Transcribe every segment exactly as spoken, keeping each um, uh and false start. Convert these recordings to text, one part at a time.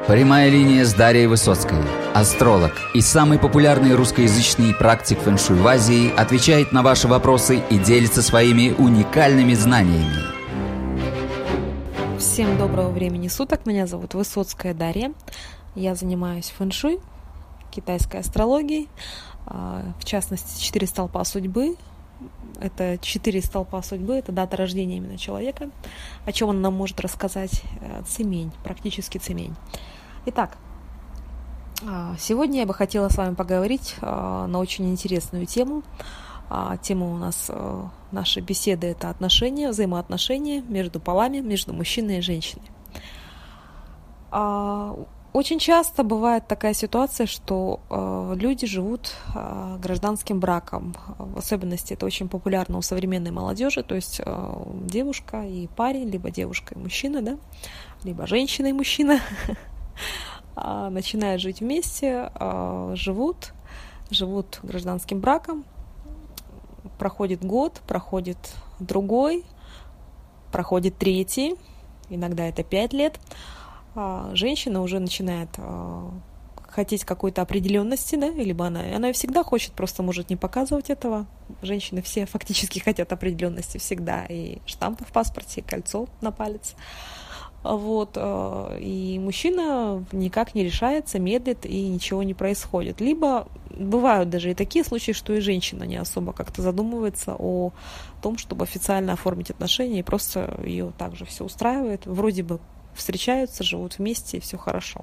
Прямая линия с Дарьей Высоцкой, астролог и самый популярный русскоязычный практик фэн-шуй в Азии, отвечает на ваши вопросы и делится своими уникальными знаниями. Всем доброго времени суток, меня зовут Высоцкая Дарья, я занимаюсь фэн-шуй, китайской астрологией, в частности четыре столпа судьбы. Это четыре столпа судьбы, это дата рождения именно человека. О чем он нам может рассказать? Цемень, практически цемень. Итак, сегодня я бы хотела с вами поговорить на очень интересную тему. Тема у нас нашей беседы – это отношения, взаимоотношения между полами, между мужчиной и женщиной. Очень часто бывает такая ситуация, что э, люди живут э, гражданским браком. В особенности это очень популярно у современной молодежи, то есть э, девушка и парень, либо девушка и мужчина, да, либо женщина и мужчина начинают жить вместе, э, живут, живут гражданским браком. Проходит год, проходит другой, проходит третий, иногда это пять лет. Женщина уже начинает э, хотеть какой-то определенности, да, либо она, она и всегда хочет, просто может не показывать этого. Женщины все фактически хотят определенности всегда, и штампы в паспорте, и кольцо на палец. Вот, э, и мужчина никак не решается, медлит, и ничего не происходит. Либо бывают даже и такие случаи, что и женщина не особо как-то задумывается о том, чтобы официально оформить отношения, и просто ее также все устраивает. Вроде бы встречаются, живут вместе, и все хорошо.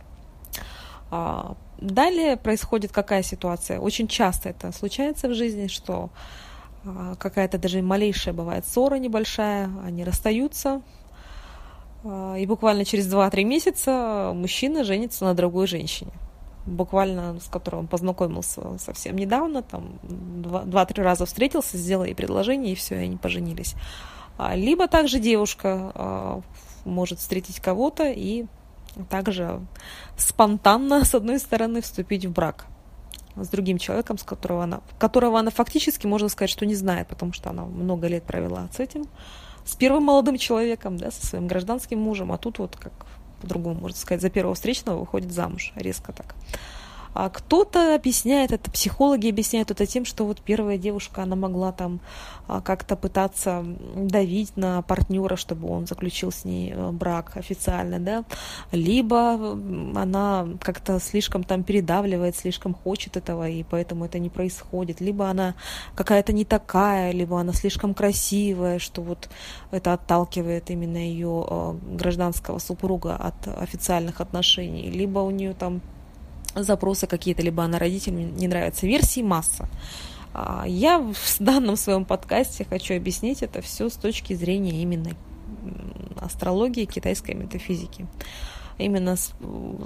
Далее происходит какая ситуация? Очень часто это случается в жизни, что какая-то даже малейшая бывает ссора небольшая, они расстаются, и буквально через два-три месяца мужчина женится на другой женщине, буквально с которой он познакомился совсем недавно, там два-три раза встретился, сделал ей предложение, и все, и они поженились. Либо также девушка может встретить кого-то и также спонтанно, с одной стороны, вступить в брак с другим человеком, с которого она, которого она фактически, можно сказать, что не знает, потому что она много лет провела с этим, с первым молодым человеком, да, со своим гражданским мужем, а тут вот, как по-другому можно сказать, за первого встречного выходит замуж, резко так. А кто-то объясняет это, психологи объясняют это тем, что вот первая девушка, она могла там как-то пытаться давить на партнера, чтобы он заключил с ней брак официально, да, либо она как-то слишком там передавливает, слишком хочет этого, и поэтому это не происходит, либо она какая-то не такая, либо она слишком красивая, что вот это отталкивает именно ее гражданского супруга от официальных отношений, либо у нее там запросы какие-то, либо она родителям не нравится. Версий масса. Я в данном своем подкасте хочу объяснить это все с точки зрения именно астрологии, китайской метафизики. Именно с,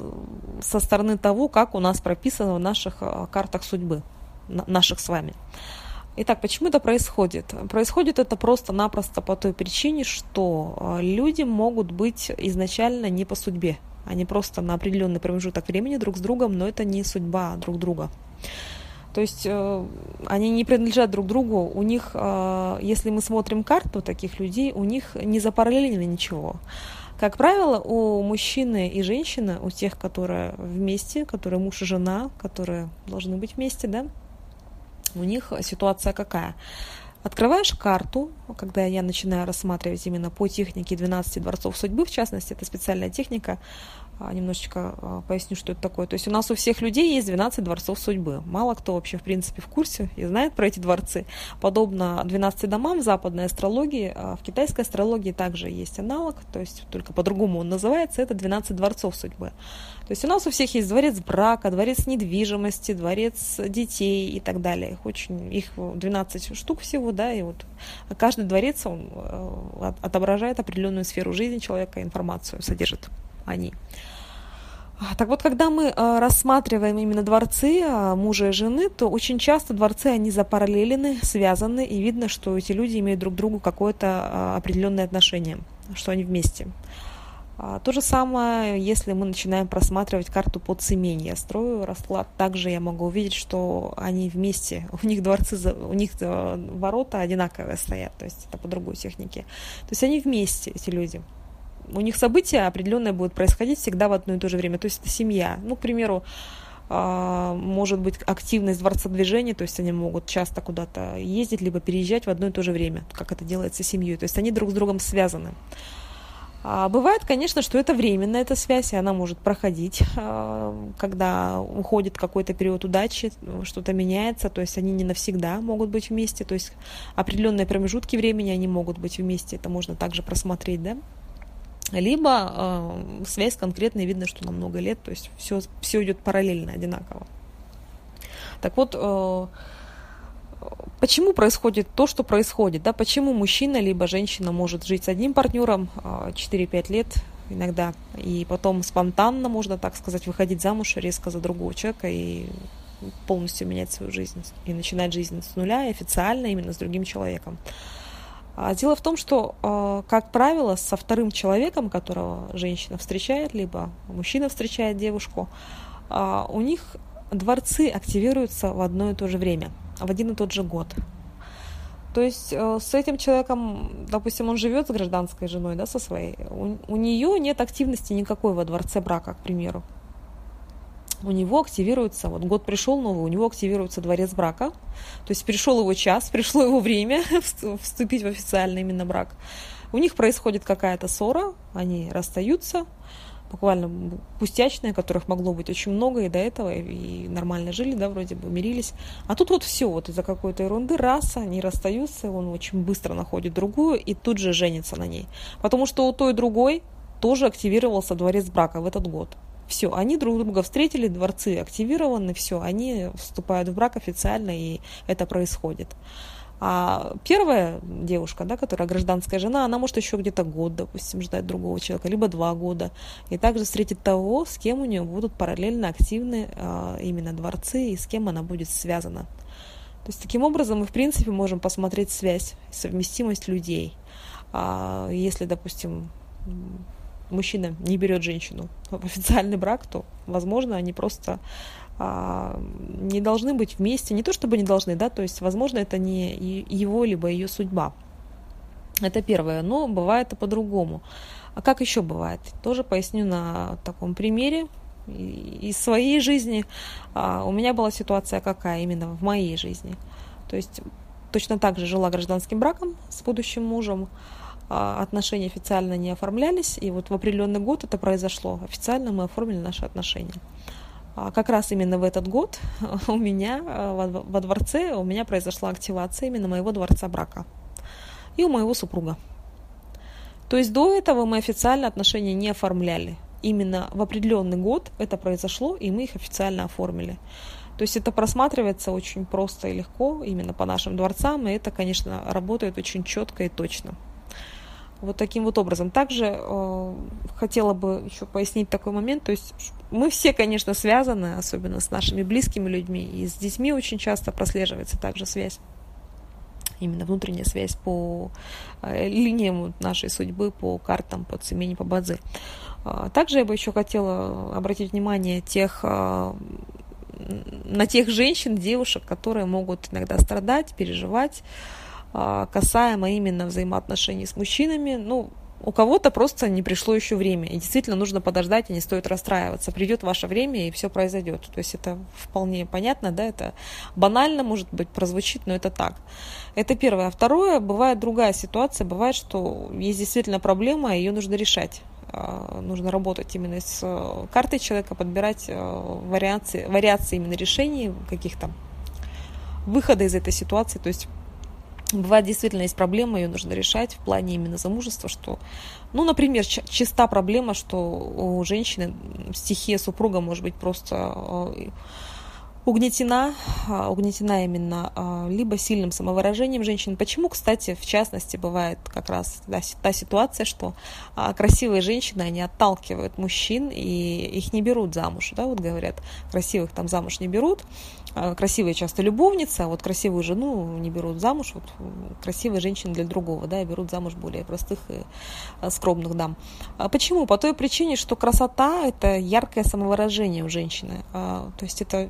со стороны того, как у нас прописано в наших картах судьбы, наших с вами. Итак, почему это происходит? Происходит это просто-напросто по той причине, что люди могут быть изначально не по судьбе. Они просто на определенный промежуток времени друг с другом, но это не судьба друг друга. То есть э, они не принадлежат друг другу. У них, э, если мы смотрим карту таких людей, у них не запараллелено ничего. Как правило, у мужчины и женщины, у тех, которые вместе, которые муж и жена, которые должны быть вместе, да, у них ситуация какая? Открываешь карту, когда я начинаю рассматривать именно по технике двенадцати дворцов судьбы, в частности, это специальная техника, немножечко поясню, что это такое. То есть у нас у всех людей есть двенадцать дворцов судьбы. Мало кто вообще, в принципе, в курсе и знает про эти дворцы. Подобно двенадцати домам в западной астрологии, в китайской астрологии также есть аналог, то есть только по-другому он называется, это двенадцать дворцов судьбы. То есть у нас у всех есть дворец брака, дворец недвижимости, дворец детей и так далее. Их очень, их двенадцать штук всего, да, и вот каждый дворец, он отображает определенную сферу жизни человека, информацию содержит они. Так вот, когда мы рассматриваем именно дворцы мужа и жены, то очень часто дворцы, они запараллелены, связаны, и видно, что эти люди имеют друг к другу какое-то определенное отношение, что они вместе. То же самое, если мы начинаем просматривать карту по цемень. Я строю расклад, также я могу увидеть, что они вместе, у них дворцы, у них ворота одинаковые стоят, то есть это по другой технике. То есть они вместе, эти люди. у них события определенные будут происходить всегда в одно и то же время. То есть это семья. Ну, к примеру, может быть активность дворцодвижения, то есть они могут часто куда-то ездить, либо переезжать в одно и то же время, как это делается семьей. То есть они друг с другом связаны. А бывает, конечно, что это временная эта связь, и она может проходить, когда уходит какой-то период удачи, что-то меняется, то есть они не навсегда могут быть вместе, то есть определенные промежутки времени они могут быть вместе, это можно также просмотреть, да. Либо э, связь конкретная, видно, что на много лет, то есть все, все идет параллельно, одинаково. Так вот, э, почему происходит то, что происходит? Да? Почему мужчина либо женщина может жить с одним партнером э, четыре-пять лет иногда, и потом спонтанно, можно так сказать, выходить замуж резко за другого человека и полностью менять свою жизнь, и начинать жизнь с нуля, и официально именно с другим человеком? Дело в том, что, как правило, со вторым человеком, которого женщина встречает, либо мужчина встречает девушку, у них дворцы активируются в одно и то же время, в один и тот же год. То есть с этим человеком, допустим, он живет с гражданской женой, да, со своей, у, у нее нет активности никакой во дворце брака, к примеру. У него активируется, вот год пришел новый, у него активируется дворец брака, то есть пришел его час, пришло его время вступить в официальный именно брак. У них происходит какая-то ссора, они расстаются, буквально пустячные, которых могло быть очень много и до этого, и нормально жили, да, вроде бы мирились. А тут вот все, вот из-за какой-то ерунды, раз, они расстаются, он очень быстро находит другую и тут же женится на ней. Потому что у той и другой тоже активировался дворец брака в этот год. Все, они друг друга встретили, дворцы активированы, все, они вступают в брак официально, и это происходит. А первая девушка, да, которая гражданская жена, она может еще где-то год, допустим, ждать другого человека, либо два года, и также встретит того, с кем у нее будут параллельно активны а, именно дворцы, и с кем она будет связана. То есть таким образом мы, в принципе, можем посмотреть связь, совместимость людей. А, если, допустим, мужчина не берет женщину в официальный брак, то, возможно, они просто а, не должны быть вместе. Не то чтобы не должны, да, то есть, возможно, это не его либо ее судьба. Это первое, но бывает и по-другому. А как еще бывает? Тоже поясню на таком примере из своей жизни. А, у меня была ситуация какая именно в моей жизни. То есть точно так же жила гражданским браком с будущим мужем. Отношения официально не оформлялись, и вот в определенный год это произошло. Официально мы оформили наши отношения. Как раз именно в этот год у меня во дворце у меня произошла активация именно моего дворца брака и у моего супруга. То есть до этого мы официально отношения не оформляли. Именно в определенный год это произошло, и мы их официально оформили. То есть это просматривается очень просто и легко именно по нашим дворцам, и это, конечно, работает очень четко и точно. Вот таким вот образом. Также э, хотела бы еще пояснить такой момент. То есть мы все, конечно, связаны, особенно с нашими близкими людьми. И с детьми очень часто прослеживается также связь. Именно внутренняя связь по э, линиям нашей судьбы, по картам, по цемени, по бадзи. Э, также я бы еще хотела обратить внимание тех, э, на тех женщин, девушек, которые могут иногда страдать, переживать, касаемо именно взаимоотношений с мужчинами. Ну, у кого-то просто не пришло еще время, и действительно нужно подождать, и не стоит расстраиваться. Придет ваше время, и все произойдет. То есть это вполне понятно, да, это банально, может быть, прозвучит, но это так. Это первое. А второе, бывает другая ситуация, бывает, что есть действительно проблема, и ее нужно решать. Нужно работать именно с картой человека, подбирать вариации, вариации именно решений, каких-то выхода из этой ситуации. То есть бывает, действительно есть проблема, ее нужно решать в плане именно замужества, что, ну, например, чиста проблема, что у женщины стихия супруга может быть просто угнетена, угнетена именно либо сильным самовыражением женщин. Почему, кстати, в частности, бывает как раз да, та ситуация, что красивые женщины, они отталкивают мужчин и их не берут замуж, да, вот говорят, красивых там замуж не берут, красивые часто любовницы, а вот красивую жену не берут замуж, вот красивые женщины для другого, да, и берут замуж более простых и скромных дам. Почему? По той причине, что красота – это яркое самовыражение у женщины, то есть это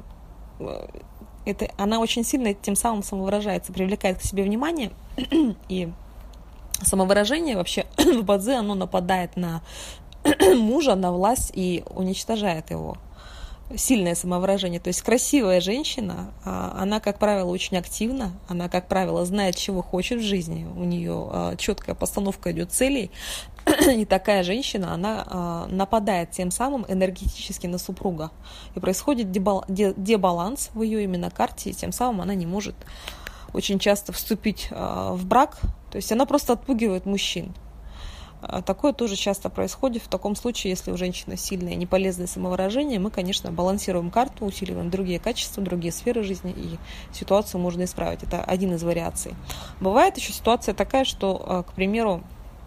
Это, она очень сильно тем самым самовыражается, привлекает к себе внимание, и самовыражение вообще в бадзи, оно нападает на мужа, на власть и уничтожает его. Сильное самовыражение. То есть красивая женщина, она, как правило, очень активна, она, как правило, знает, чего хочет в жизни, у нее четкая постановка идет целей, и такая женщина, она нападает тем самым энергетически на супруга. И происходит дебаланс в ее именно карте, и тем самым она не может очень часто вступить в брак, то есть она просто отпугивает мужчин. Такое тоже часто происходит. В таком случае, если у женщины сильное и неполезное самовыражение, мы, конечно, балансируем карту, усиливаем другие качества, другие сферы жизни, и ситуацию можно исправить. Это один из вариаций. Бывает еще ситуация такая, что, к примеру,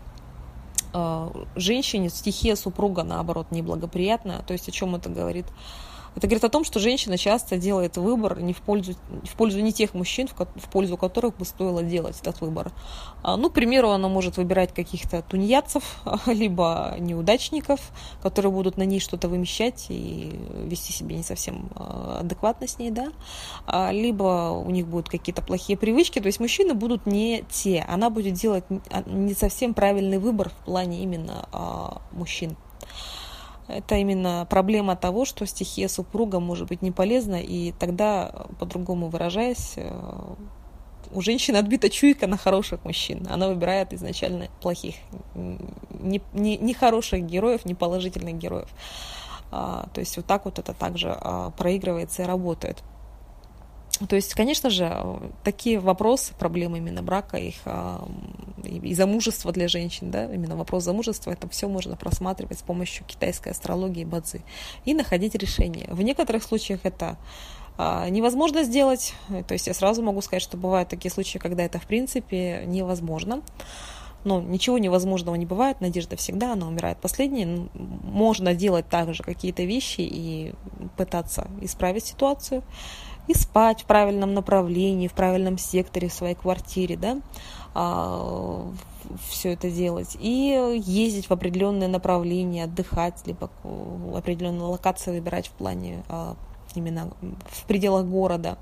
женщине стихия супруга, наоборот, неблагоприятная. То есть о чем это говорит? Это говорит о том, что женщина часто делает выбор не в пользу, в пользу не тех мужчин, в, в пользу которых бы стоило делать этот выбор. Ну, к примеру, она может выбирать каких-то тунеядцев, либо неудачников, которые будут на ней что-то вымещать и вести себя не совсем адекватно с ней, да. Либо у них будут какие-то плохие привычки, то есть мужчины будут не те. Она будет делать не совсем правильный выбор в плане именно мужчин. Это именно проблема того, что стихия супруга может быть не полезна, и тогда, по-другому выражаясь, у женщины отбита чуйка на хороших мужчин. Она выбирает изначально плохих, не, не, не хороших героев, не положительных героев. А, то есть вот так вот это также а, проигрывается и работает. То есть, конечно же, такие вопросы, проблемы именно брака, их и замужества для женщин, да, именно вопрос замужества, это все можно просматривать с помощью китайской астрологии и бадзи и находить решение. В некоторых случаях это невозможно сделать, то есть я сразу могу сказать, что бывают такие случаи, когда это в принципе невозможно. Но ничего невозможного не бывает, надежда всегда, она умирает последней. Можно делать также какие-то вещи и пытаться исправить ситуацию. И спать в правильном направлении, в правильном секторе в своей квартире, да, а, все это делать. И ездить в определенное направление, отдыхать, либо определенную локацию выбирать в плане а, именно в пределах города.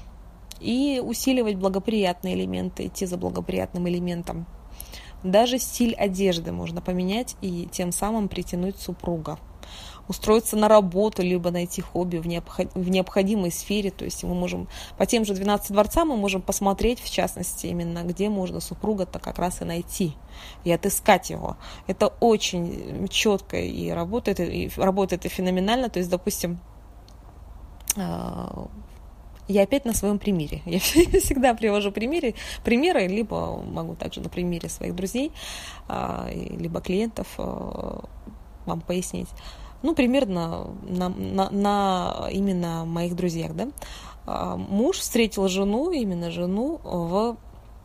И усиливать благоприятные элементы, идти за благоприятным элементом. Даже стиль одежды можно поменять и тем самым притянуть супруга. Устроиться на работу, либо найти хобби в, необход... в необходимой сфере. То есть мы можем по тем же двенадцати дворцам мы можем посмотреть, в частности, именно где можно супруга-то как раз и найти, и отыскать его. Это очень четко и работает, и работает и феноменально. То есть, допустим, я опять на своем примере. Я всегда привожу примеры, примеры, либо могу также на примере своих друзей, либо клиентов вам пояснить. Ну, примерно на, на, на именно моих друзьях, да. Муж встретил жену, именно жену, в,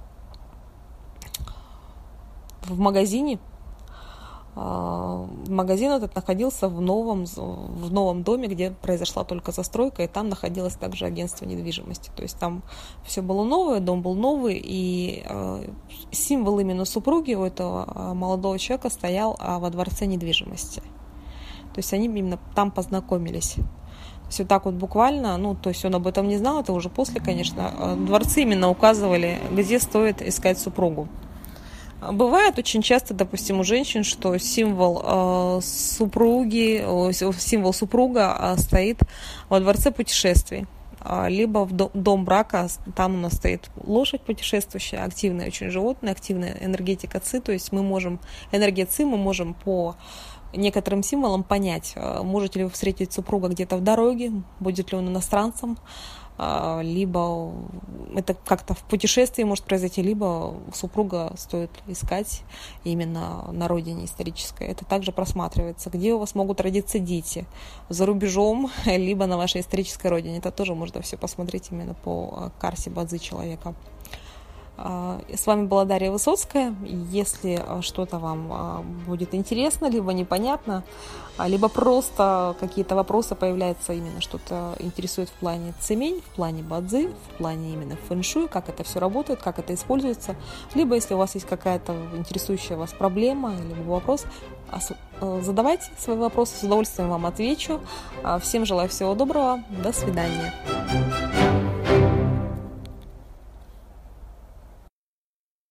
в магазине. Магазин этот находился в новом, в новом доме, где произошла только застройка, и там находилось также агентство недвижимости. То есть там все было новое, дом был новый, и символ именно супруги у этого молодого человека стоял во дворце недвижимости. То есть они именно там познакомились. То есть вот так вот буквально, ну, то есть он об этом не знал, это уже после, конечно. Дворцы именно указывали, где стоит искать супругу. Бывает очень часто, допустим, у женщин, что символ э, супруги, э, символ супруга э, стоит во дворце путешествий. Либо в дом, дом брака, там у нас стоит лошадь путешествующая, активное очень животное, активная энергетика ци, то есть мы можем, энергия ци, мы можем по некоторым символам понять, можете ли вы встретить супруга где-то в дороге, будет ли он иностранцем, либо это как-то в путешествии может произойти, либо супруга стоит искать именно на родине исторической. Это также просматривается, где у вас могут родиться дети, за рубежом, либо на вашей исторической родине. Это тоже можно все посмотреть именно по карте бадзи человека. С вами была Дарья Высоцкая. Если что-то вам будет интересно, либо непонятно, либо просто какие-то вопросы появляются, именно что-то интересует в плане цемень, в плане бадзи, в плане именно фэн-шуй, как это все работает, как это используется, либо если у вас есть какая-то интересующая вас проблема, либо вопрос, задавайте свои вопросы, с удовольствием вам отвечу. Всем желаю всего доброго, до свидания.